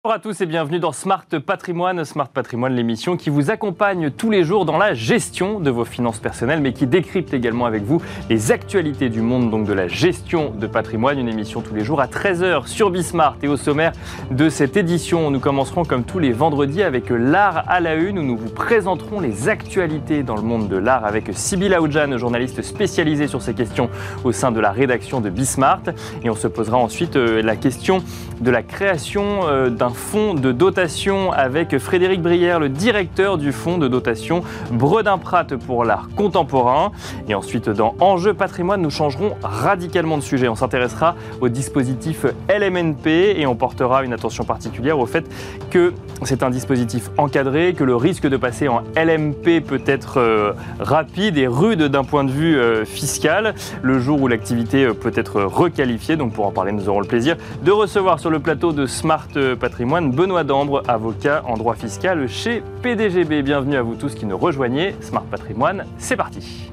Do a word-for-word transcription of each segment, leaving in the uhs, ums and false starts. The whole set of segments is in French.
Bonjour à tous et bienvenue dans Smart Patrimoine. Smart Patrimoine, l'émission qui vous accompagne tous les jours dans la gestion de vos finances personnelles, mais qui décrypte également avec vous les actualités du monde donc de la gestion de patrimoine. Une émission tous les jours à treize heures sur Bismart. Et au sommaire de cette édition, nous commencerons comme tous les vendredis avec l'art à la une, où nous vous présenterons les actualités dans le monde de l'art avec Sybille Aoudjan, journaliste spécialisée sur ces questions au sein de la rédaction de Bismart. Et on se posera ensuite la question de la création d'un fonds de dotation avec Frédéric Brière, le directeur du fonds de dotation Bredin-Pratt pour l'art contemporain. Et ensuite, dans Enjeux patrimoine, nous changerons radicalement de sujet. On s'intéressera au dispositif L M N P et on portera une attention particulière au fait que c'est un dispositif encadré, que le risque de passer en L M P peut être euh, rapide et rude d'un point de vue euh, fiscal, le jour où l'activité euh, peut être requalifiée. Donc pour en parler, nous aurons le plaisir de recevoir sur le plateau de Smart Patrimoine Benoît Dambre, avocat en droit fiscal chez P D G B. Bienvenue à vous tous qui nous rejoignez. Smart Patrimoine, c'est parti.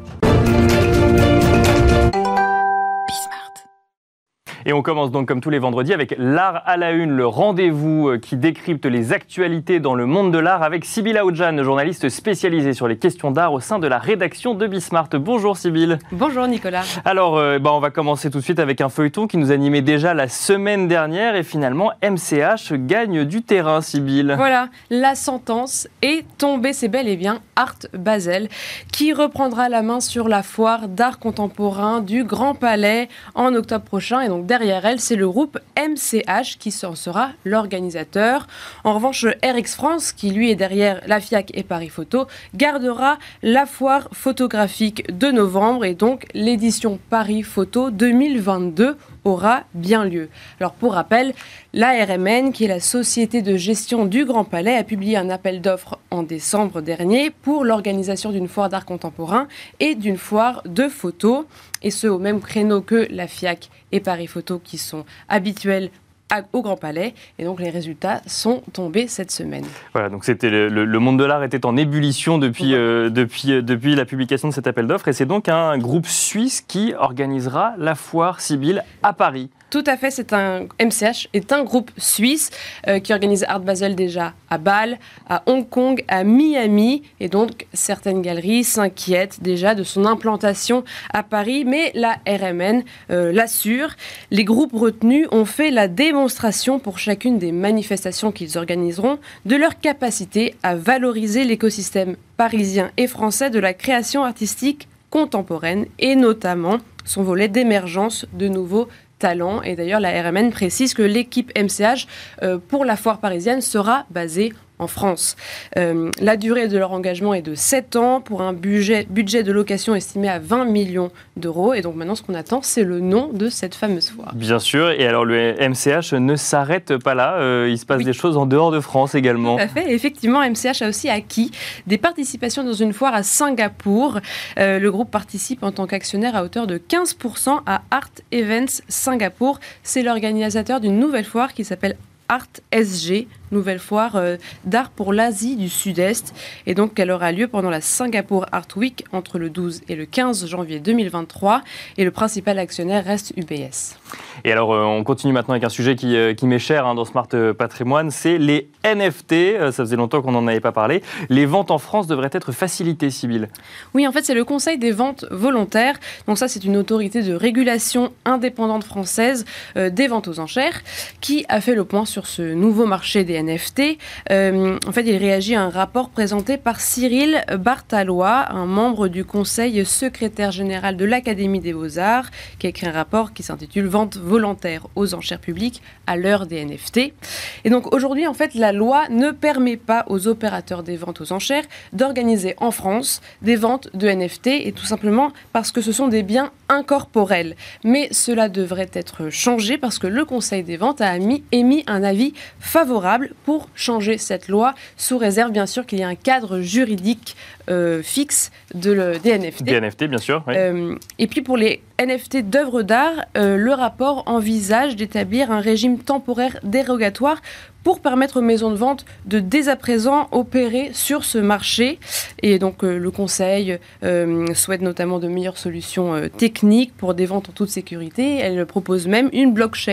Et on commence donc comme tous les vendredis avec l'art à la une, le rendez-vous qui décrypte les actualités dans le monde de l'art avec Sybille Aoudjan, journaliste spécialisée sur les questions d'art au sein de la rédaction de Bismart. Bonjour Sybille. Bonjour Nicolas. Alors euh, bah, on va commencer tout de suite avec un feuilleton qui nous animait déjà la semaine dernière et finalement M C H gagne du terrain, Sybille. Voilà, la sentence est tombée, c'est bel et bien Art Basel qui reprendra la main sur la foire d'art contemporain du Grand Palais en octobre prochain et donc derrière elle, c'est le groupe M C H qui en sera l'organisateur. En revanche, R X France, qui lui est derrière la FIAC et Paris Photo, gardera la foire photographique de novembre et donc l'édition Paris Photo deux mille vingt-deux aura bien lieu. Alors pour rappel, l'A R M N, qui est la société de gestion du Grand Palais, a publié un appel d'offres en décembre dernier pour l'organisation d'une foire d'art contemporain et d'une foire de photos, et ce au même créneau que la FIAC et Paris Photo qui sont habituels au Grand Palais, et donc les résultats sont tombés cette semaine. Voilà, donc c'était le, le, le monde de l'art était en ébullition depuis, ouais. euh, depuis, euh, depuis la publication de cet appel d'offres, et c'est donc un groupe suisse qui organisera la foire Sybille à Paris. Tout à fait, c'est un M C H est un groupe suisse euh, qui organise Art Basel déjà à Bâle, à Hong Kong, à Miami, et donc certaines galeries s'inquiètent déjà de son implantation à Paris, mais la R M N euh, l'assure. Les groupes retenus ont fait la démonstration pour chacune des manifestations qu'ils organiseront de leur capacité à valoriser l'écosystème parisien et français de la création artistique contemporaine et notamment son volet d'émergence de nouveaux talent. Et d'ailleurs, la R M N précise que l'équipe M C H euh, pour la foire parisienne sera basée en France. Euh, la durée de leur engagement est de sept ans pour un budget, budget de location estimé à vingt millions d'euros. Et donc maintenant, ce qu'on attend, c'est le nom de cette fameuse foire. Bien sûr. Et alors, le M C H ne s'arrête pas là. Euh, il se passe oui. des choses en dehors de France également. Tout à fait. Et effectivement, M C H a aussi acquis des participations dans une foire à Singapour. Euh, le groupe participe en tant qu'actionnaire à hauteur de quinze pour cent à Art Events Singapour. C'est l'organisateur d'une nouvelle foire qui s'appelle Art S G, nouvelle foire euh, d'art pour l'Asie du Sud-Est, et donc elle aura lieu pendant la Singapour Art Week entre le douze et le quinze janvier deux mille vingt-trois, et le principal actionnaire reste U B S. Et alors euh, on continue maintenant avec un sujet qui, euh, qui m'est cher hein, dans Smart Patrimoine, c'est les N F T, euh, ça faisait longtemps qu'on n'en avait pas parlé. Les ventes en France devraient être facilitées, Sybille. Oui, en fait c'est le Conseil des ventes volontaires, donc ça c'est une autorité de régulation indépendante française euh, des ventes aux enchères, qui a fait le point sur ce nouveau marché des N F T. Euh, en fait, il réagit à un rapport présenté par Cyril Barthalois, un membre du conseil secrétaire général de l'Académie des Beaux-Arts, qui a écrit un rapport qui s'intitule « Vente volontaire aux enchères publiques à l'heure des N F T ». Et donc aujourd'hui, en fait, la loi ne permet pas aux opérateurs des ventes aux enchères d'organiser en France des ventes de N F T, et tout simplement parce que ce sont des biens incorporels. Mais cela devrait être changé parce que le Conseil des ventes a émis, émis un avis favorable pour changer cette loi, sous réserve bien sûr qu'il y ait un cadre juridique euh, fixe de le, des N F T. Des N F T, bien sûr. Oui. Euh, et puis pour les N F T d'œuvres d'art, euh, le rapport envisage d'établir un régime temporaire dérogatoire pour permettre aux maisons de vente de dès à présent opérer sur ce marché. Et donc euh, le Conseil euh, souhaite notamment de meilleures solutions euh, techniques pour des ventes en toute sécurité. Elle propose même une blockchain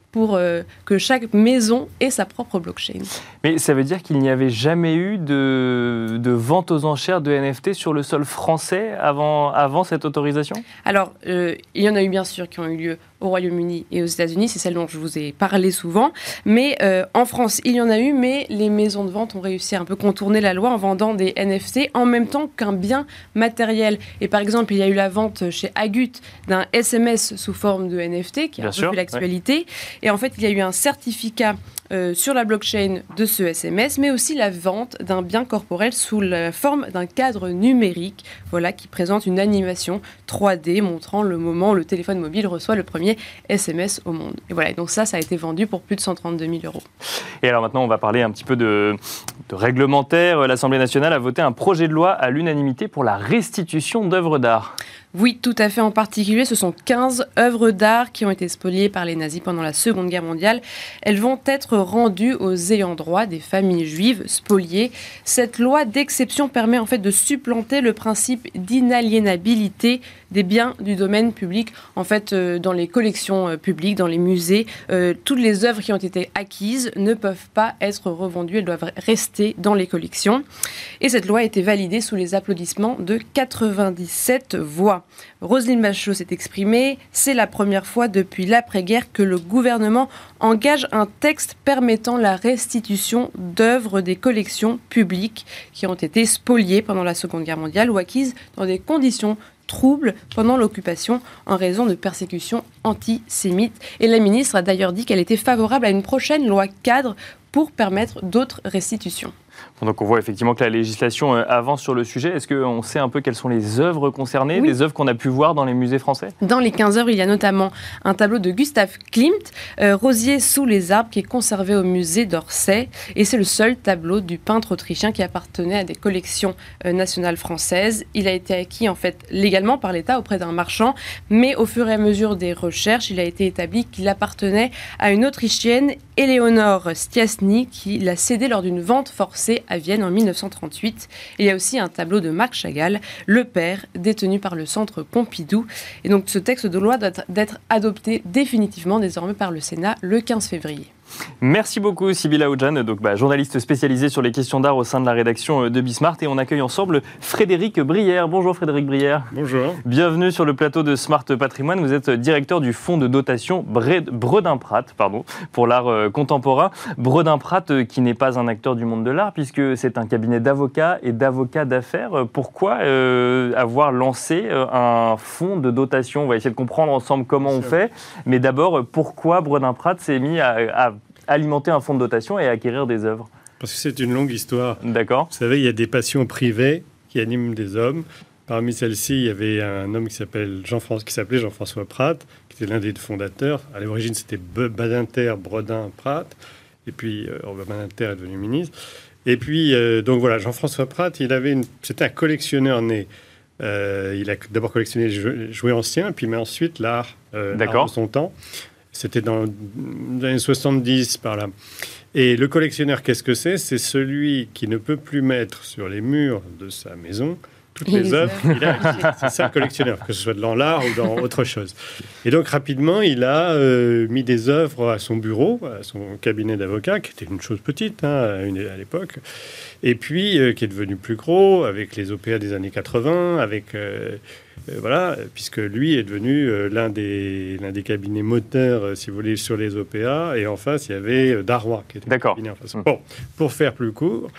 pour euh, que chaque maison ait sa propre blockchain. Mais ça veut dire qu'il n'y avait jamais eu de, de vente aux enchères de N F T sur le sol français avant, avant cette autorisation ? Alors, euh, il y en a eu bien sûr qui ont eu lieu au Royaume-Uni et aux États-Unis, c'est celle dont je vous ai parlé souvent. Mais euh, en France, il y en a eu, mais les maisons de vente ont réussi à un peu contourner la loi en vendant des N F T en même temps qu'un bien matériel. Et par exemple, il y a eu la vente chez Agut d'un S M S sous forme de N F T, qui a bien un sûr, peu fait l'actualité. Ouais. Et en fait, il y a eu un certificat Euh, sur la blockchain de ce S M S, mais aussi la vente d'un bien corporel sous la forme d'un cadre numérique, voilà, qui présente une animation trois D montrant le moment où le téléphone mobile reçoit le premier S M S au monde. Et voilà, et donc ça, ça a été vendu pour plus de cent trente-deux mille euros. Et alors maintenant, on va parler un petit peu de, de réglementaire. L'Assemblée nationale a voté un projet de loi à l'unanimité pour la restitution d'œuvres d'art. Oui, tout à fait. En particulier, ce sont quinze œuvres d'art qui ont été spoliées par les nazis pendant la Seconde Guerre mondiale. Elles vont être rendues aux ayants droit des familles juives spoliées. Cette loi d'exception permet en fait de supplanter le principe d'inaliénabilité des biens du domaine public. En fait, euh, dans les collections euh, publiques, dans les musées, euh, toutes les œuvres qui ont été acquises ne peuvent pas être revendues. Elles doivent rester dans les collections. Et cette loi a été validée sous les applaudissements de quatre-vingt-dix-sept voix. Roselyne Bachelot s'est exprimée. C'est la première fois depuis l'après-guerre que le gouvernement engage un texte permettant la restitution d'œuvres des collections publiques qui ont été spoliées pendant la Seconde Guerre mondiale ou acquises dans des conditions troubles pendant l'occupation en raison de persécutions antisémites. Et la ministre a d'ailleurs dit qu'elle était favorable à une prochaine loi cadre pour permettre d'autres restitutions. Bon, donc on voit effectivement que la législation avance sur le sujet. Est-ce qu'on sait un peu quelles sont les œuvres concernées, oui. Des œuvres qu'on a pu voir dans les musées français ? Dans les quinze œuvres, il y a notamment un tableau de Gustav Klimt, euh, Rosier sous les arbres, qui est conservé au musée d'Orsay. Et c'est le seul tableau du peintre autrichien qui appartenait à des collections euh, nationales françaises. Il a été acquis en fait légalement par l'État auprès d'un marchand, mais au fur et à mesure des recherches, il a été établi qu'il appartenait à une Autrichienne, Éléonore Stiasny, qui l'a cédé lors d'une vente forcée à Vienne en mille neuf cent trente-huit. Il y a aussi un tableau de Marc Chagall, Le Père, détenu par le Centre Pompidou. Et donc ce texte de loi doit être adopté définitivement désormais par le Sénat le quinze février. Merci beaucoup Sybille Aoudjan, donc bah, journaliste spécialisée sur les questions d'art au sein de la rédaction de Bismart, et on accueille ensemble Frédéric Brière. Bonjour Frédéric Brière. Bonjour. Bienvenue sur le plateau de Smart Patrimoine. Vous êtes directeur du fonds de dotation Bredin-Pratt pardon, pour l'art euh, contemporain. Bredin-Pratt euh, qui n'est pas un acteur du monde de l'art puisque c'est un cabinet d'avocats et d'avocats d'affaires. Pourquoi euh, avoir lancé euh, un fonds de dotation ? On va essayer de comprendre ensemble comment on fait, mais d'abord pourquoi Bredin-Pratt s'est mis à, à alimenter un fonds de dotation et acquérir des œuvres ? Parce que c'est une longue histoire. D'accord. Vous savez, il y a des passions privées qui animent des hommes. Parmi celles-ci, il y avait un homme qui s'appelle Jean-François, qui s'appelait Jean-François Pratt, qui était l'un des fondateurs. À l'origine, c'était Badinter, Bredin, Pratt. Et puis, euh, Badinter est devenu ministre. Et puis, euh, donc voilà, Jean-François Pratt, il avait une... c'était un collectionneur né. Euh, il a d'abord collectionné les jouets anciens, puis mais ensuite l'art, euh, l'art de son temps. C'était dans les années soixante-dix, par là. Et le collectionneur, qu'est-ce que c'est ? C'est celui qui ne peut plus mettre sur les murs de sa maison toutes les œuvres qu'il a acquises. C'est ça le collectionneur, que ce soit dans l'art ou dans autre chose. Et donc, rapidement, il a euh, mis des œuvres à son bureau, à son cabinet d'avocat, qui était une chose petite hein, à l'époque, et puis euh, qui est devenu plus gros, avec les O P A des années quatre-vingts, avec... Euh, Euh, voilà, puisque lui est devenu euh, l'un des, l'un des cabinets moteurs, euh, si vous voulez, sur les O P A. Et en face, il y avait euh, Darrois, qui était D'accord. le cabinet en face. Bon, pour faire plus court...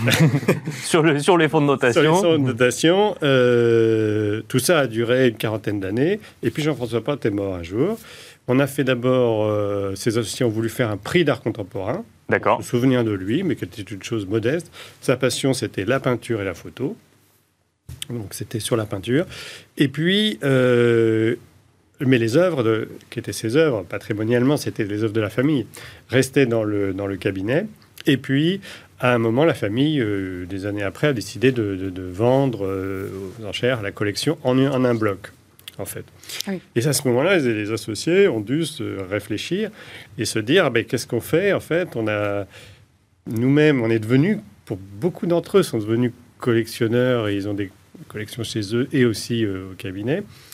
sur, le, sur les fonds de notation. Sur les fonds de notation, euh, tout ça a duré une quarantaine d'années. Et puis Jean-François Pratt est mort un jour. On a fait d'abord... Euh, ces associés ont voulu faire un prix d'art contemporain. D'accord. Pour se souvenir de lui, mais qui était une chose modeste. Sa passion, c'était la peinture et la photo. Donc c'était sur la peinture. Et puis, euh, mais les œuvres, de, qui étaient ses œuvres, patrimonialement, c'était les œuvres de la famille, restaient dans le, dans le cabinet. Et puis, à un moment, la famille, euh, des années après, a décidé de, de, de vendre euh, aux enchères la collection en, en un bloc, en fait. Oui. Et à ce moment-là, les, les associés ont dû se réfléchir et se dire, ben, qu'est-ce qu'on fait ? En fait, on a, nous-mêmes, on est devenus, pour beaucoup d'entre eux, sont devenus collectionneurs et ils ont des collections chez eux et aussi euh, au cabinet.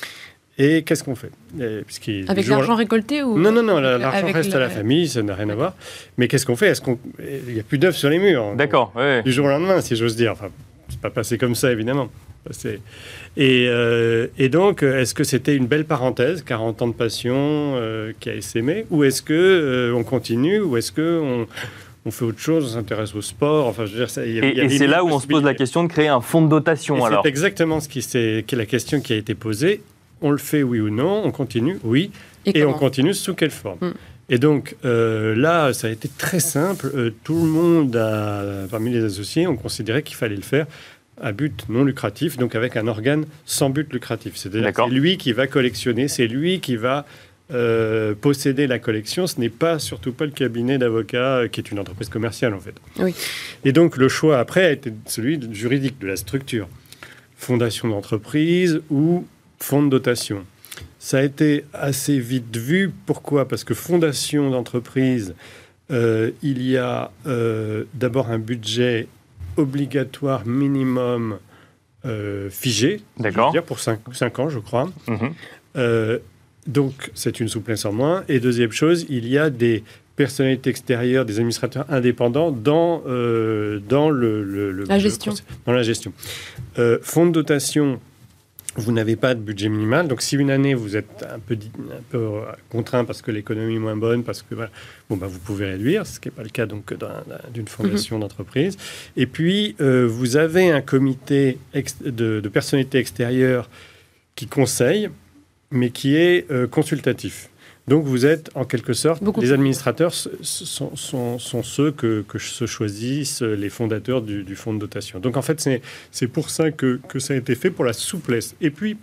Et qu'est-ce qu'on fait ? Et, Avec jour... l'argent récolté ou... Non, non, non, l'argent avec reste le... à la famille, ça n'a rien à voir. Mais qu'est-ce qu'on fait ? Est-ce qu'on... Il n'y a plus d'œufs sur les murs. D'accord, donc, oui. Du jour au lendemain, si j'ose dire. Enfin, c'est pas passé comme ça, évidemment. C'est... Et, euh, et donc, est-ce que c'était une belle parenthèse, quarante ans de passion euh, qui a essaimé, ou est-ce qu'on euh, continue, ou est-ce qu'on on fait autre chose, on s'intéresse au sport, enfin, je veux dire, ça, y a, Et, y a et c'est là où on se pose la question de créer un fonds de dotation, et alors. C'est exactement ce qui, c'est, qui est la question qui a été posée. On le fait, oui ou non ? On continue ? Oui. Et, et on continue sous quelle forme ? mm. Et donc, euh, là, ça a été très simple. Euh, tout le monde, a, parmi les associés, ont considéré qu'il fallait le faire à but non lucratif, donc avec un organe sans but lucratif. C'est-à-dire que c'est lui qui va collectionner, c'est lui qui va euh, posséder la collection. Ce n'est pas, surtout pas le cabinet d'avocats, qui est une entreprise commerciale, en fait. Oui. Et donc, le choix, après, a été celui juridique, de la structure. Fondation d'entreprise ou fonds de dotation. Ça a été assez vite vu. Pourquoi ? Parce que fondation d'entreprise, euh, il y a euh, d'abord un budget obligatoire minimum euh, figé, D'accord. Dire, pour cinq ans, je crois. Mm-hmm. Euh, donc, c'est une souplesse en moins. Et deuxième chose, il y a des personnalités extérieures, des administrateurs indépendants dans, euh, dans le, le, le, la gestion. Le, dans la gestion. Euh, fonds de dotation, vous n'avez pas de budget minimal. Donc, si une année, vous êtes un peu, un peu contraint parce que l'économie est moins bonne, parce que voilà, bon, bah, vous pouvez réduire, ce qui n'est pas le cas donc, d'un, d'une fondation mmh. d'entreprise. Et puis, euh, vous avez un comité ex- de, de personnalités extérieures qui conseille, mais qui est euh, consultatif. Donc, vous êtes, en quelque sorte, Beaucoup les administrateurs sont, sont, sont ceux que, que se choisissent les fondateurs du, du fonds de dotation. Donc, en fait, c'est, c'est pour ça que, que ça a été fait, pour la souplesse. Et puis,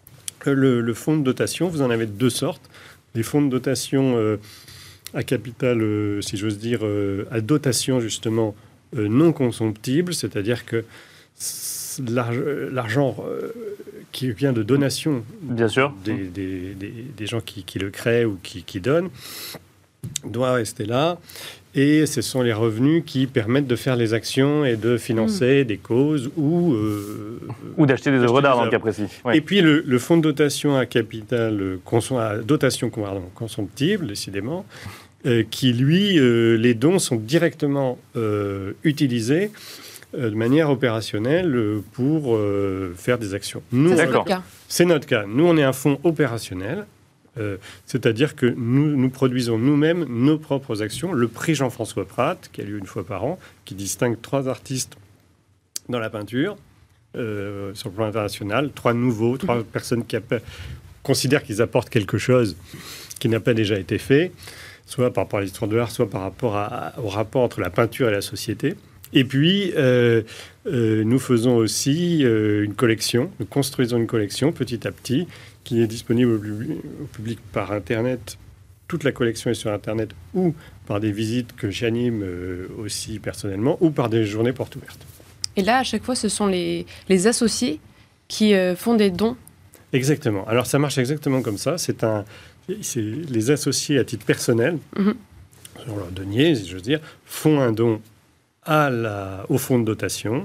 le, le fonds de dotation, vous en avez de deux sortes. Les fonds de dotation euh, à capital, euh, si j'ose dire, euh, à dotation, justement, euh, non consomptible, c'est-à-dire que l'argent euh, qui vient de donation Bien sûr. Des, des, des, des gens qui, qui le créent ou qui, qui donnent doit rester là. Et ce sont les revenus qui permettent de faire les actions et de financer mmh. des causes ou... Euh, ou d'acheter des œuvres d'art, dans le cas précis. Oui. Et puis, le, le fonds de dotation à capital, consom- à dotation pardon, consomptible, décidément, euh, qui, lui, euh, les dons sont directement euh, utilisés de manière opérationnelle pour euh, faire des actions. Nous, c'est notre cas. C'est notre cas. Nous, on est un fonds opérationnel, euh, c'est-à-dire que nous, nous produisons nous-mêmes nos propres actions. Le prix Jean-François Prat, qui a lieu une fois par an, qui distingue trois artistes dans la peinture, euh, sur le plan international, trois nouveaux, trois mmh. personnes qui app- considèrent qu'ils apportent quelque chose qui n'a pas déjà été fait, soit par rapport à l'histoire de l'art, soit par rapport à, au rapport entre la peinture et la société. Et puis, euh, euh, nous faisons aussi euh, une collection, nous construisons une collection petit à petit qui est disponible au public, au public par Internet. Toute la collection est sur Internet ou par des visites que j'anime euh, aussi personnellement ou par des journées portes ouvertes. Et là, à chaque fois, ce sont les, les associés qui euh, font des dons. Exactement. Alors, ça marche exactement comme ça. C'est, un, c'est les associés à titre personnel, mmh. sur leur denier, si j'ose dire, font un don à la, au fonds de dotation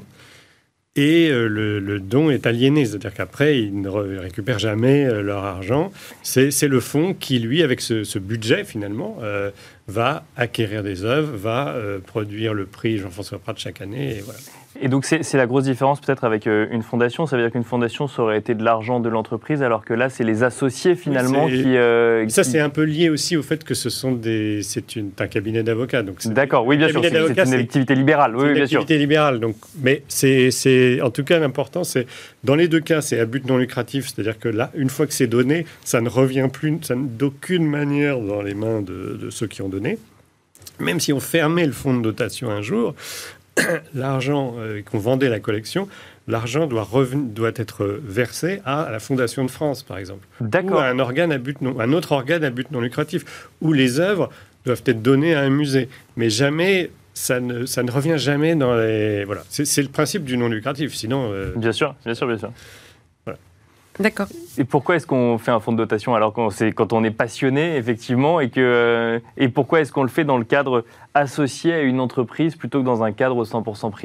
et euh, le, le don est aliéné, c'est-à-dire qu'après ils ne re- récupèrent jamais euh, leur argent. C'est, c'est le fonds qui, lui, avec ce, ce budget finalement, euh, va acquérir des œuvres, va euh, produire le prix Jean-François Prat chaque année. Et, voilà. Et donc c'est, c'est la grosse différence peut-être avec euh, une fondation. Ça veut dire qu'une fondation, ça aurait été de l'argent de l'entreprise, alors que là, c'est les associés finalement oui, qui, euh, Ça, qui... c'est un peu lié aussi au fait que ce sont des, c'est une, un cabinet d'avocats. Donc c'est D'accord, oui, bien sûr, c'est, c'est une activité libérale. Oui, c'est une bien activité sûr. libérale. Donc, mais c'est, c'est, en tout cas, l'important, c'est, dans les deux cas, c'est à but non lucratif. C'est-à-dire que là, une fois que c'est donné, ça ne revient plus ça, d'aucune manière dans les mains de, de ceux qui ont donné. Même si on fermait le fonds de dotation un jour, l'argent euh, qu'on vendait la collection, l'argent doit, reven- doit être versé à, à la Fondation de France, par exemple. D'accord. Ou à un, organe à but non, un autre organe à but non lucratif, où les œuvres doivent être données à un musée. Mais jamais, ça ne, ça ne revient jamais dans les... Voilà. C'est, c'est le principe du non lucratif, sinon... Euh... Bien sûr, bien sûr, bien sûr. Voilà. D'accord. Et pourquoi est-ce qu'on fait un fonds de dotation alors qu'on c'est quand on est passionné, effectivement, et, que, et pourquoi est-ce qu'on le fait dans le cadre associé à une entreprise plutôt que dans un cadre cent pour cent privé alors ?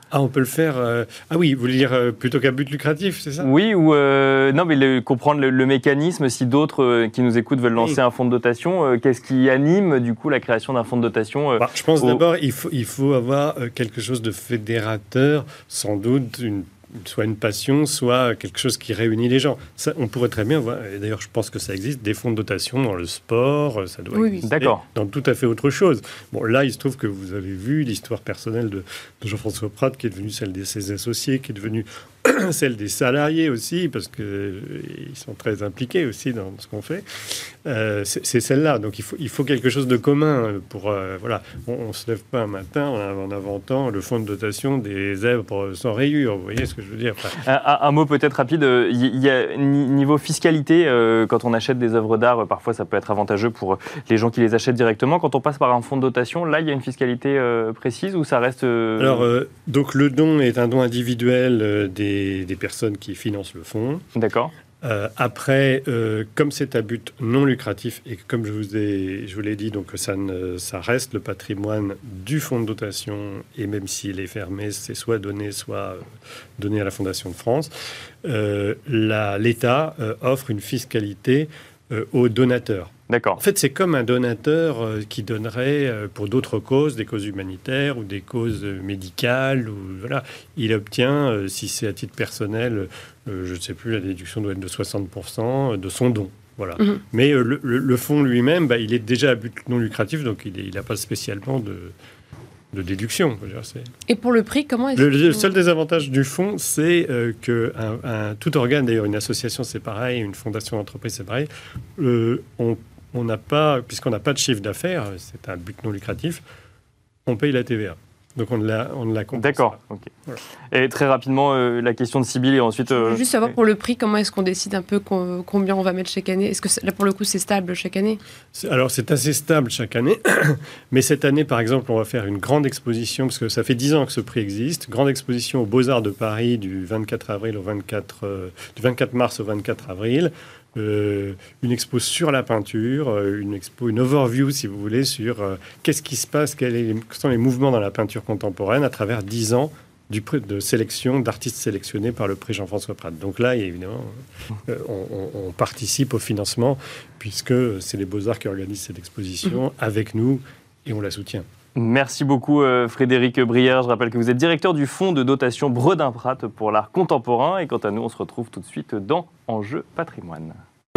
Ah, on peut le faire... Euh... Ah oui, vous voulez dire euh, plutôt qu'à but lucratif, c'est ça? Oui, ou... Euh, non, mais le, comprendre le, le mécanisme, si d'autres euh, qui nous écoutent veulent lancer oui. un fonds de dotation, euh, qu'est-ce qui anime, du coup, la création d'un fonds de dotation euh, bah, Je pense au... d'abord, il faut, il faut avoir euh, quelque chose de fédérateur, sans doute une soit une passion, soit quelque chose qui réunit les gens. Ça, on pourrait très bien voir, et d'ailleurs je pense que ça existe, des fonds de dotation dans le sport, ça doit oui, exister d'accord. dans tout à fait autre chose. Bon, là, il se trouve que vous avez vu l'histoire personnelle de, de Jean-François Prat, qui est devenue celle de ses associés, qui est devenue celle des salariés aussi, parce qu'ils euh, sont très impliqués aussi dans ce qu'on fait. Euh, c'est, c'est celle-là. Donc il faut, il faut quelque chose de commun pour... Euh, voilà, on ne se lève pas un matin en, en inventant le fonds de dotation des zèbres sans rayures. Vous voyez ce que je veux dire? Enfin, un, un mot peut-être rapide. Il y a niveau fiscalité, euh, quand on achète des œuvres d'art, parfois ça peut être avantageux pour les gens qui les achètent directement. Quand on passe par un fonds de dotation, là, il y a une fiscalité euh, précise ou ça reste... Euh... Alors, euh, donc le don est un don individuel euh, des des personnes qui financent le fonds. D'accord. Euh, après, euh, comme c'est à but non lucratif et que, comme je vous, ai, je vous l'ai dit, donc ça, ne, ça reste le patrimoine du fonds de dotation et même s'il est fermé, c'est soit donné, soit donné à la Fondation de France. Euh, la, L'État euh, offre une fiscalité euh, aux donateurs. D'accord. En fait, c'est comme un donateur euh, qui donnerait euh, pour d'autres causes, des causes humanitaires ou des causes euh, médicales. Ou, voilà. Il obtient, euh, si c'est à titre personnel, euh, je ne sais plus, la déduction doit être de soixante pour cent de son don. Voilà. Mmh. Mais euh, le, le, le fonds lui-même, bah, il est déjà à but non lucratif, donc il n'a pas spécialement de... de déduction. Dire, c'est... Et pour le prix, comment est-ce le, que... le seul désavantage du fonds, c'est euh, que un, un, tout organe, d'ailleurs une association c'est pareil, une fondation d'entreprise c'est pareil, euh, on on n'a pas, puisqu'on n'a pas de chiffre d'affaires, c'est un but non lucratif, on paye la T V A. Donc on ne la, on ne la compense D'accord. pas. Okay. Voilà. Et très rapidement, euh, la question de Sybille et ensuite... Euh... Juste savoir pour le prix, comment est-ce qu'on décide un peu com- combien on va mettre chaque année? Est-ce que là, pour le coup, c'est stable chaque année? c'est, Alors c'est assez stable chaque année, mais cette année, par exemple, on va faire une grande exposition, parce que ça fait dix ans que ce prix existe, grande exposition aux Beaux-Arts de Paris du vingt-quatre avril au vingt-quatre, euh, du vingt-quatre mars au vingt-quatre avril. Euh, une expo sur la peinture, euh, une expo, une overview, si vous voulez, sur euh, qu'est-ce qui se passe, quels, est, quels sont les mouvements dans la peinture contemporaine à travers dix ans du prix de sélection d'artistes sélectionnés par le prix Jean-François Prat. Donc là, évidemment, euh, on, on, on participe au financement puisque c'est les Beaux-Arts qui organisent cette exposition avec nous et on la soutient. Merci beaucoup euh, Frédéric Brière. Je rappelle que vous êtes directeur du fonds de dotation Bredin-Prat pour l'art contemporain. Et quant à nous, on se retrouve tout de suite dans Enjeux Patrimoine.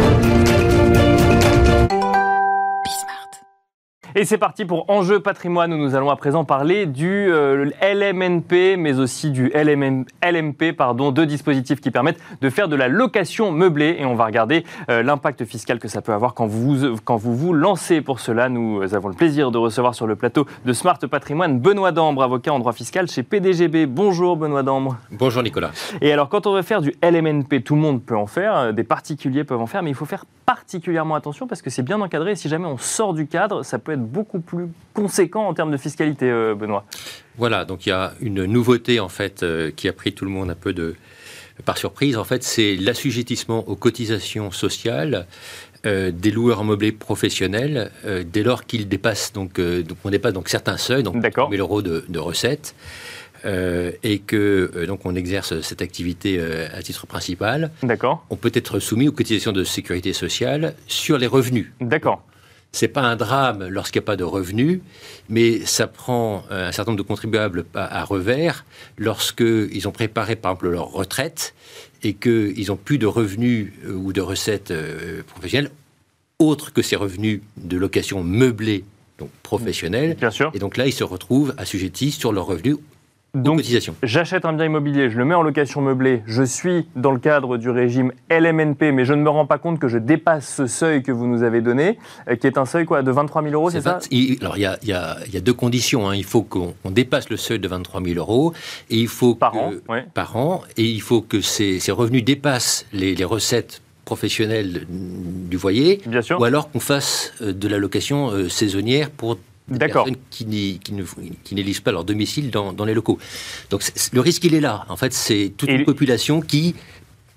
Et c'est parti pour Enjeux Patrimoine où nous allons à présent parler du euh, L M N P, mais aussi du L M N, L M P, pardon, deux dispositifs qui permettent de faire de la location meublée. Et on va regarder euh, l'impact fiscal que ça peut avoir quand vous, quand vous vous lancez. Pour cela, nous avons le plaisir de recevoir sur le plateau de Smart Patrimoine Benoît Dambre, avocat en droit fiscal chez P D G B. Bonjour Benoît Dambre. Bonjour Nicolas. Et alors, quand on veut faire du L M N P, tout le monde peut en faire, des particuliers peuvent en faire, mais il faut faire particulièrement attention parce que c'est bien encadré. Et si jamais on sort du cadre, ça peut être beaucoup plus conséquent en termes de fiscalité, euh, Benoît. Voilà, donc il y a une nouveauté en fait euh, qui a pris tout le monde un peu de, par surprise. En fait, c'est l'assujettissement aux cotisations sociales euh, des loueurs meublés professionnels euh, dès lors qu'ils dépassent donc, euh, donc on dépasse donc certains seuils, donc D'accord. mille euros de, de recettes. Euh, et que euh, donc on exerce cette activité euh, à titre principal. D'accord. On peut être soumis aux cotisations de sécurité sociale sur les revenus. D'accord. C'est pas un drame lorsqu'il n'y a pas de revenus, mais ça prend un certain nombre de contribuables à, à revers lorsqu'ils ont préparé par exemple leur retraite et qu'ils n'ont plus de revenus euh, ou de recettes euh, professionnelles autres que ces revenus de location meublée, donc professionnelle. Bien sûr. Et donc là, ils se retrouvent assujettis sur leurs revenus. Donc, j'achète un bien immobilier, je le mets en location meublée, je suis dans le cadre du régime L M N P, mais je ne me rends pas compte que je dépasse ce seuil que vous nous avez donné, euh, qui est un seuil quoi, de vingt-trois mille euros, c'est, c'est ça il, Alors, il y a, il y a, il y a deux conditions. Hein. Il faut qu'on on dépasse le seuil de vingt-trois mille euros. Et il faut par que, an, ouais. Par an. Et il faut que ces, ces revenus dépassent les, les recettes professionnelles du foyer. Bien sûr. Ou alors qu'on fasse de la location euh, saisonnière pour des D'accord. personnes qui, n'y, qui, ne, qui n'élisent pas leur domicile dans, dans les locaux. Donc le risque, il est là. En fait, c'est toute Et une population qui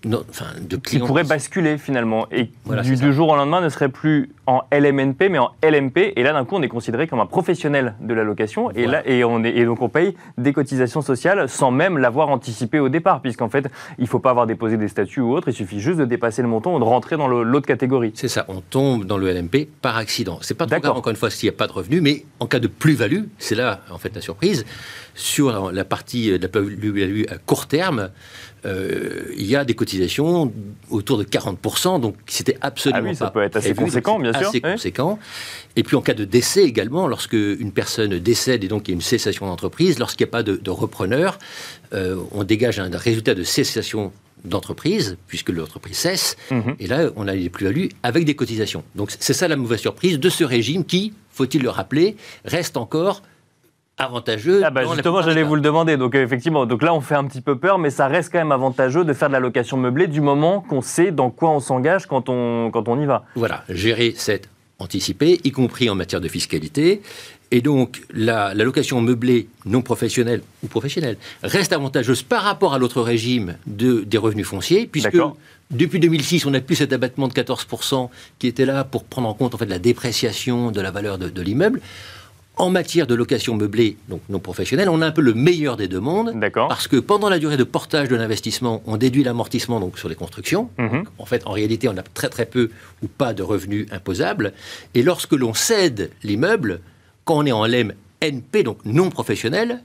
non, enfin, de qui clients pourrait basculer finalement et Voilà, du, c'est ça. du jour au lendemain ne serait plus en L M N P mais en L M P et là d'un coup on est considéré comme un professionnel de la location et, Voilà. là, et, on est, et donc on paye des cotisations sociales sans même l'avoir anticipé au départ puisqu'en fait il ne faut pas avoir déposé des statuts ou autre, il suffit juste de dépasser le montant ou de rentrer dans le, l'autre catégorie. C'est ça, on tombe dans le L M P par accident. C'est pas trop D'accord. grave, encore une fois, s'il n'y a pas de revenus, mais en cas de plus-value, c'est là, en fait, la surprise, sur la, la partie de la plus-value à court terme, euh, il y a des cotisations autour de quarante pour cent, donc c'était absolument Ah oui, ça pas peut être assez prévu, donc conséquent, c'est bien sûr. assez Oui. conséquent. Et puis en cas de décès également, lorsque une personne décède et donc il y a une cessation d'entreprise, lorsqu'il n'y a pas de, de repreneur, euh, on dégage un résultat de cessation d'entreprise, puisque l'entreprise cesse, Mhm. et là, on a les plus-values avec des cotisations. Donc, c'est ça la mauvaise surprise de ce régime qui, faut-il le rappeler, reste encore avantageux. Ah bah dans la justement, plupart des j'allais cas. vous le demander. Donc euh, effectivement, donc là on fait un petit peu peur, mais ça reste quand même avantageux de faire de la location meublée du moment qu'on sait dans quoi on s'engage quand on, quand on y va. Voilà, gérer cette anticipé, y compris en matière de fiscalité. Et donc, la, la location meublée non professionnelle ou professionnelle reste avantageuse par rapport à l'autre régime de, des revenus fonciers, puisque D'accord. depuis deux mille six, on n'a plus cet abattement de quatorze pour cent qui était là pour prendre en compte en fait, la dépréciation de la valeur de, de l'immeuble. En matière de location meublée, donc non professionnelle, on a un peu le meilleur des deux mondes, D'accord. parce que pendant la durée de portage de l'investissement, on déduit l'amortissement donc sur les constructions. Mhm. En fait, en réalité, on a très très peu ou pas de revenus imposables. Et lorsque l'on cède l'immeuble, quand on est en L M N P, donc non professionnel,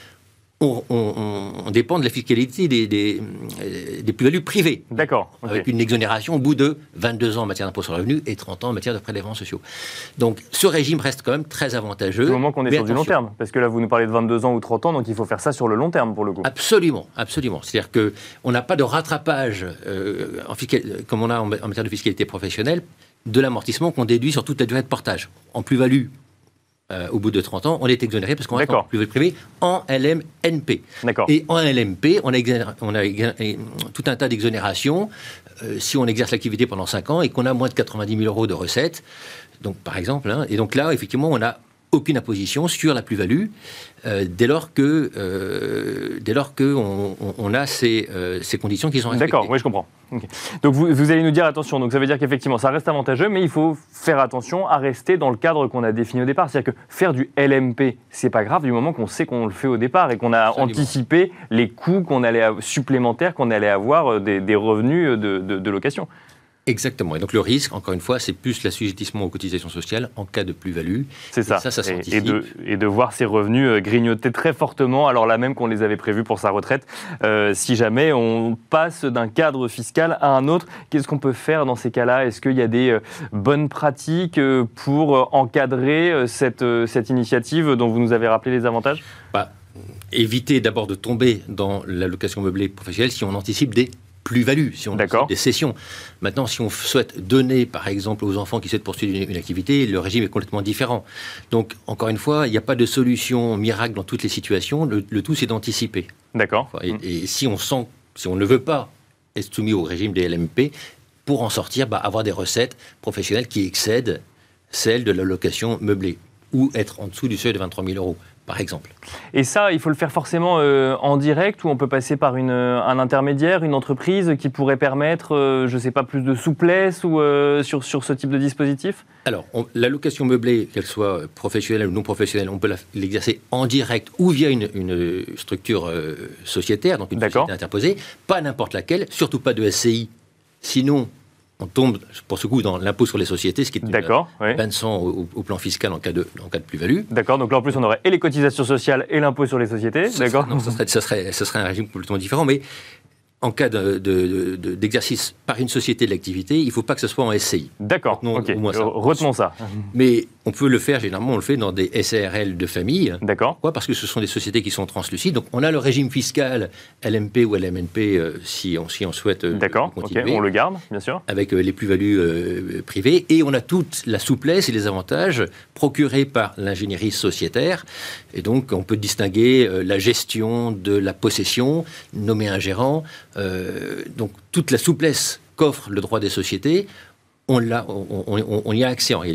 on, on- on dépend de la fiscalité des, des, euh, des plus-values privées. D'accord. ok. Avec une exonération au bout de vingt-deux ans en matière d'impôt sur le revenu et trente ans en matière de prélèvements sociaux. Donc, ce régime reste quand même très avantageux. Du moment qu'on est mais sur du long attention. terme. Parce que là, vous nous parlez de vingt-deux ans ou trente ans, donc il faut faire ça sur le long terme pour le coup. Absolument, absolument. C'est-à-dire qu'on n'a pas de rattrapage, euh, en fiscal- comme on a en, en matière de fiscalité professionnelle, de l'amortissement qu'on déduit sur toute la durée de portage. En plus-value, euh, au bout de trente ans, on est exonéré parce qu'on reste en D'accord. plus-value privée en L M N P. D'accord. Et en L M P, on a, exonéra- on a exa- et, tout un tas d'exonérations euh, si on exerce l'activité pendant cinq ans et qu'on a moins de quatre-vingt-dix mille euros de recettes, donc, par exemple. hein. Et donc là, effectivement, on n'a aucune imposition sur la plus-value euh, dès lors que, euh, dès lors que on, on- on a ces, euh, ces conditions qui sont respectées. D'accord, oui, je comprends. Ok. Donc vous, vous allez nous dire attention, donc ça veut dire qu'effectivement ça reste avantageux, mais il faut faire attention à rester dans le cadre qu'on a défini au départ. C'est-à-dire que faire du L M P, c'est pas grave du moment qu'on sait qu'on le fait au départ et qu'on a Absolument. anticipé les coûts qu'on allait av- supplémentaires qu'on allait avoir euh, des, des revenus de, de- de location. Exactement. Et donc le risque, encore une fois, c'est plus l'assujettissement aux cotisations sociales en cas de plus-value. C'est ça. Et ça, ça et, s'anticipe. et de, et de voir ces revenus euh, grignoter très fortement, alors là même qu'on les avait prévus pour sa retraite, euh, si jamais on passe d'un cadre fiscal à un autre. Qu'est-ce qu'on peut faire dans ces cas-là? Est-ce qu'il y a des euh, bonnes pratiques euh, pour euh, encadrer euh, cette, euh, cette initiative dont vous nous avez rappelé les avantages? Bah, éviter d'abord de tomber dans la location meublée professionnelle si on anticipe des plus-values, si on D'accord. anticipe des cessions. Maintenant, si on f- souhaite donner, par exemple, aux enfants qui souhaitent poursuivre une, une activité, le régime est complètement différent. Donc, encore une fois, il n'y a pas de solution miracle dans toutes les situations. Le, le tout, c'est d'anticiper. D'accord. Et, et si on sent, si on ne veut pas être soumis au régime des L M P, pour en sortir, bah, avoir des recettes professionnelles qui excèdent celles de la location meublée, ou être en dessous du seuil de vingt-trois mille euros, par exemple. Et ça, il faut le faire forcément euh, en direct ou on peut passer par une, euh, un intermédiaire, une entreprise qui pourrait permettre, euh, je ne sais pas, plus de souplesse ou, euh, sur, sur ce type de dispositif? Alors, on- la location meublée, qu'elle soit professionnelle ou non professionnelle, on peut la- l'exercer en direct ou via une, une structure euh, sociétaire, donc une D'accord. société interposée, pas n'importe laquelle, surtout pas de S C I. Sinon, on tombe, pour ce coup, dans l'impôt sur les sociétés, ce qui est une D'accord, oui. peine cent au, au plan fiscal en cas de, en cas de plus-value. D'accord, donc là en plus on aurait et les cotisations sociales et l'impôt sur les sociétés, Ça d'accord? serait- non, ça serait, ça, serait, ça serait un régime complètement différent, mais en cas de- de- de- d'exercice par une société de l'activité, il ne faut pas que ce soit en S C I. D'accord, Retenons ok. au moins ça. Retenons ça. Mais on peut le faire, généralement, on le fait dans des S A R L de famille. D'accord. Pourquoi? Parce que ce sont des sociétés qui sont translucides. Donc, on a le régime fiscal L M P ou L M N P euh, si, on, si on souhaite euh, D'accord, ok, continuer, on le garde, bien sûr. avec euh, les plus-values euh, privées. Et on a toute la souplesse et les avantages procurés par l'ingénierie sociétaire. Et donc, on peut distinguer euh, la gestion de la possession, nommer un gérant. euh, donc, toute la souplesse qu'offre le droit des sociétés, on, l'a, on, on- on y a accès en réalité.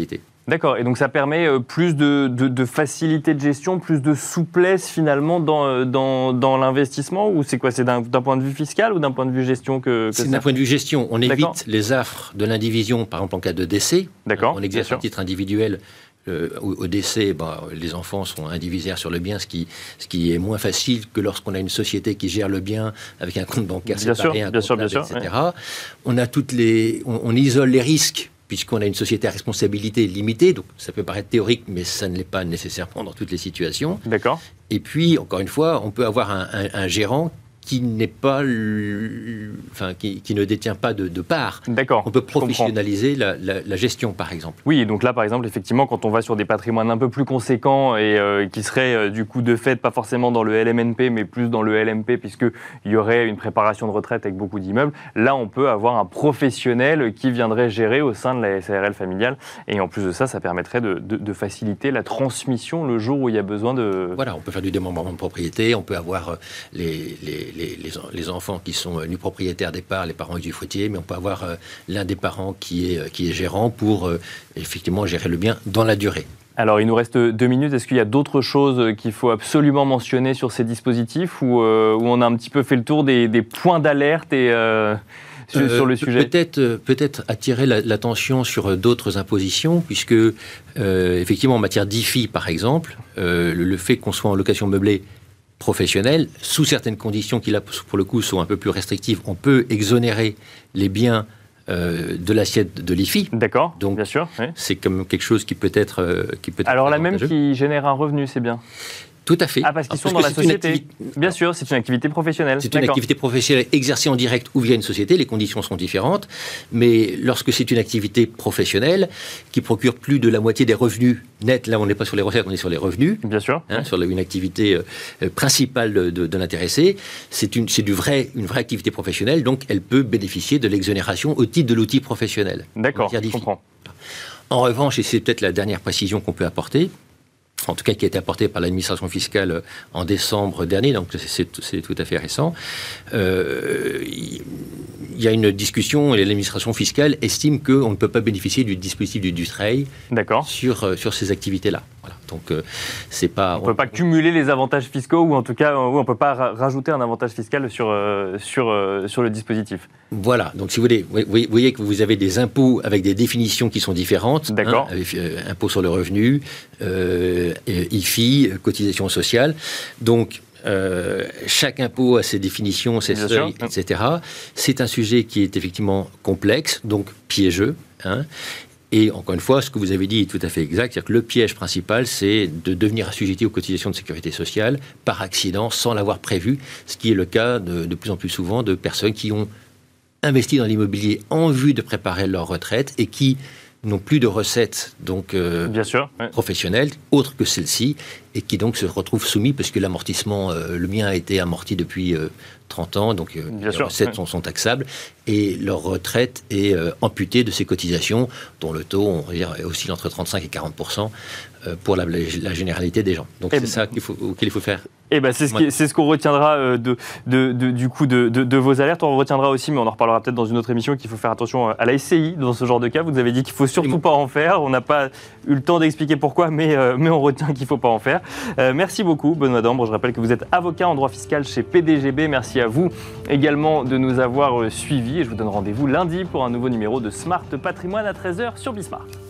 D'accord, et donc ça permet euh, plus de, de, de facilité de gestion, plus de souplesse finalement dans, dans, dans l'investissement, ou c'est quoi? C'est d'un, d'un point de vue fiscal ou d'un point de vue gestion que, que C'est ça... d'un point de vue gestion. On D'accord. évite les affres de l'indivision, par exemple en cas de décès. D'accord, On exerce bien à sûr. titre individuel. Euh, au, au décès, bah, les enfants sont indivisaires sur le bien, ce qui, ce qui est moins facile que lorsqu'on a une société qui gère le bien avec un compte bancaire Bien séparé, sûr, un bien compte sûr, bien stable, sûr, et cetera. On a toutes les, on, on isole les risques puisqu'on a une société à responsabilité limitée, donc ça peut paraître théorique, mais ça ne l'est pas nécessairement dans toutes les situations. D'accord. Et puis, encore une fois, on peut avoir un, un, un gérant qui n'est pas, le, enfin, qui, qui ne détient pas de, de part. D'accord. On peut je comprends. professionnaliser la, la, la gestion, par exemple. Oui, et donc là, par exemple, effectivement, quand on va sur des patrimoines un peu plus conséquents et euh, qui seraient euh, du coup de fait pas forcément dans le L M N P, mais plus dans le L M P, puisqu'il y aurait une préparation de retraite avec beaucoup d'immeubles, là, on peut avoir un professionnel qui viendrait gérer au sein de la S A R L familiale. Et en plus de ça, ça permettrait de, de, de faciliter la transmission le jour où il y a besoin de... Voilà, on peut faire du démembrement de propriété, on peut avoir euh, les, les, les, les, les enfants qui sont euh, nus propriétaires des parts, les parents usufruitiers, mais on peut avoir euh, l'un des parents qui est, euh, qui est gérant pour euh, effectivement gérer le bien dans la durée. Alors, il nous reste deux minutes. Est-ce qu'il y a d'autres choses qu'il faut absolument mentionner sur ces dispositifs ou euh, où on a un petit peu fait le tour des, des points d'alerte et, euh, sur, euh, sur le sujet? Peut-être, peut-être attirer la, l'attention sur d'autres impositions, puisque euh, effectivement en matière d'I F I, par exemple, euh, le, le fait qu'on soit en location meublée professionnelle, sous certaines conditions qui là pour le coup sont un peu plus restrictives, on peut exonérer les biens euh, de l'assiette de l'I F I. D'accord, donc bien sûr. Oui. C'est comme quelque chose qui peut être euh, qui peut être Alors la même avantageux. qui génère un revenu, c'est bien. Tout à fait. Ah, parce qu'ils sont Parce dans que la c'est une société. activi- Bien sûr, c'est une activité professionnelle. C'est une D'accord. activité professionnelle exercée en direct ou via une société, les conditions sont différentes, mais lorsque c'est une activité professionnelle qui procure plus de la moitié des revenus nets, là on n'est pas sur les recettes, on est sur les revenus, Bien sûr. hein, Oui. sur la- une activité euh, principale de, de, de l'intéressé, c'est, une, c'est du vrai, une vraie activité professionnelle, donc elle peut bénéficier de l'exonération au titre de l'outil professionnel. en D'accord, matière je d'I F I. comprends. En revanche, et c'est peut-être la dernière précision qu'on peut apporter, en tout cas qui a été apportée par l'administration fiscale en décembre dernier, donc c'est, c'est, c'est tout à fait récent, euh, il y a une discussion et l'administration fiscale estime qu'on ne peut pas bénéficier du dispositif du Dutreil D'accord. sur, euh, sur ces activités-là. Voilà. Donc, euh, c'est pas... On ne peut pas cumuler les avantages fiscaux ou en tout cas, on ne peut pas ra- rajouter un avantage fiscal sur, euh, sur, euh, sur le dispositif. Voilà, donc si vous voulez, vous vous voyez que vous avez des impôts avec des définitions qui sont différentes. D'accord. Hein, avec, euh, impôt sur le revenu, euh, I F I, cotisation sociale. Donc, euh, chaque impôt a ses définitions, ses Bien seuils, sûr. et cetera. C'est un sujet qui est effectivement complexe, donc piégeux. Hein. Et encore une fois, ce que vous avez dit est tout à fait exact, c'est-à-dire que le piège principal, c'est de devenir assujetti aux cotisations de sécurité sociale par accident, sans l'avoir prévu, ce qui est le cas de, de plus en plus souvent de personnes qui ont investi dans l'immobilier en vue de préparer leur retraite et qui n'ont plus de recettes donc, euh, Bien sûr. Oui. professionnelles, autres que celles-ci, et qui donc se retrouvent soumis, parce que l'amortissement, euh, le mien a été amorti depuis euh, trente ans, donc euh, Bien les sûr, recettes oui. sont, sont taxables, et leur retraite est euh, amputée de ces cotisations, dont le taux, on va dire, oscille entre trente-cinq et quarante pour cent euh, pour la, la généralité des gens. Donc Et c'est ben- ça qu'il faut, auquel il faut faire. Eh ben, c'est ce, Ouais. qui- c'est ce qu'on retiendra euh, de, de, de- du coup de, de, de vos alertes. On retiendra aussi, mais on en reparlera peut-être dans une autre émission, qu'il faut faire attention à la S C I dans ce genre de cas. Vous avez dit qu'il faut surtout Absolument. pas en faire. On n'a pas eu le temps d'expliquer pourquoi, mais, euh, mais on retient qu'il faut pas en faire. Euh, merci beaucoup, Benoît Dambre. Je rappelle que vous êtes avocat en droit fiscal chez P D G B. Merci à vous également de nous avoir euh, suivis. Et je vous donne rendez-vous lundi pour un nouveau numéro de Smart Patrimoine à treize heures sur Bismart.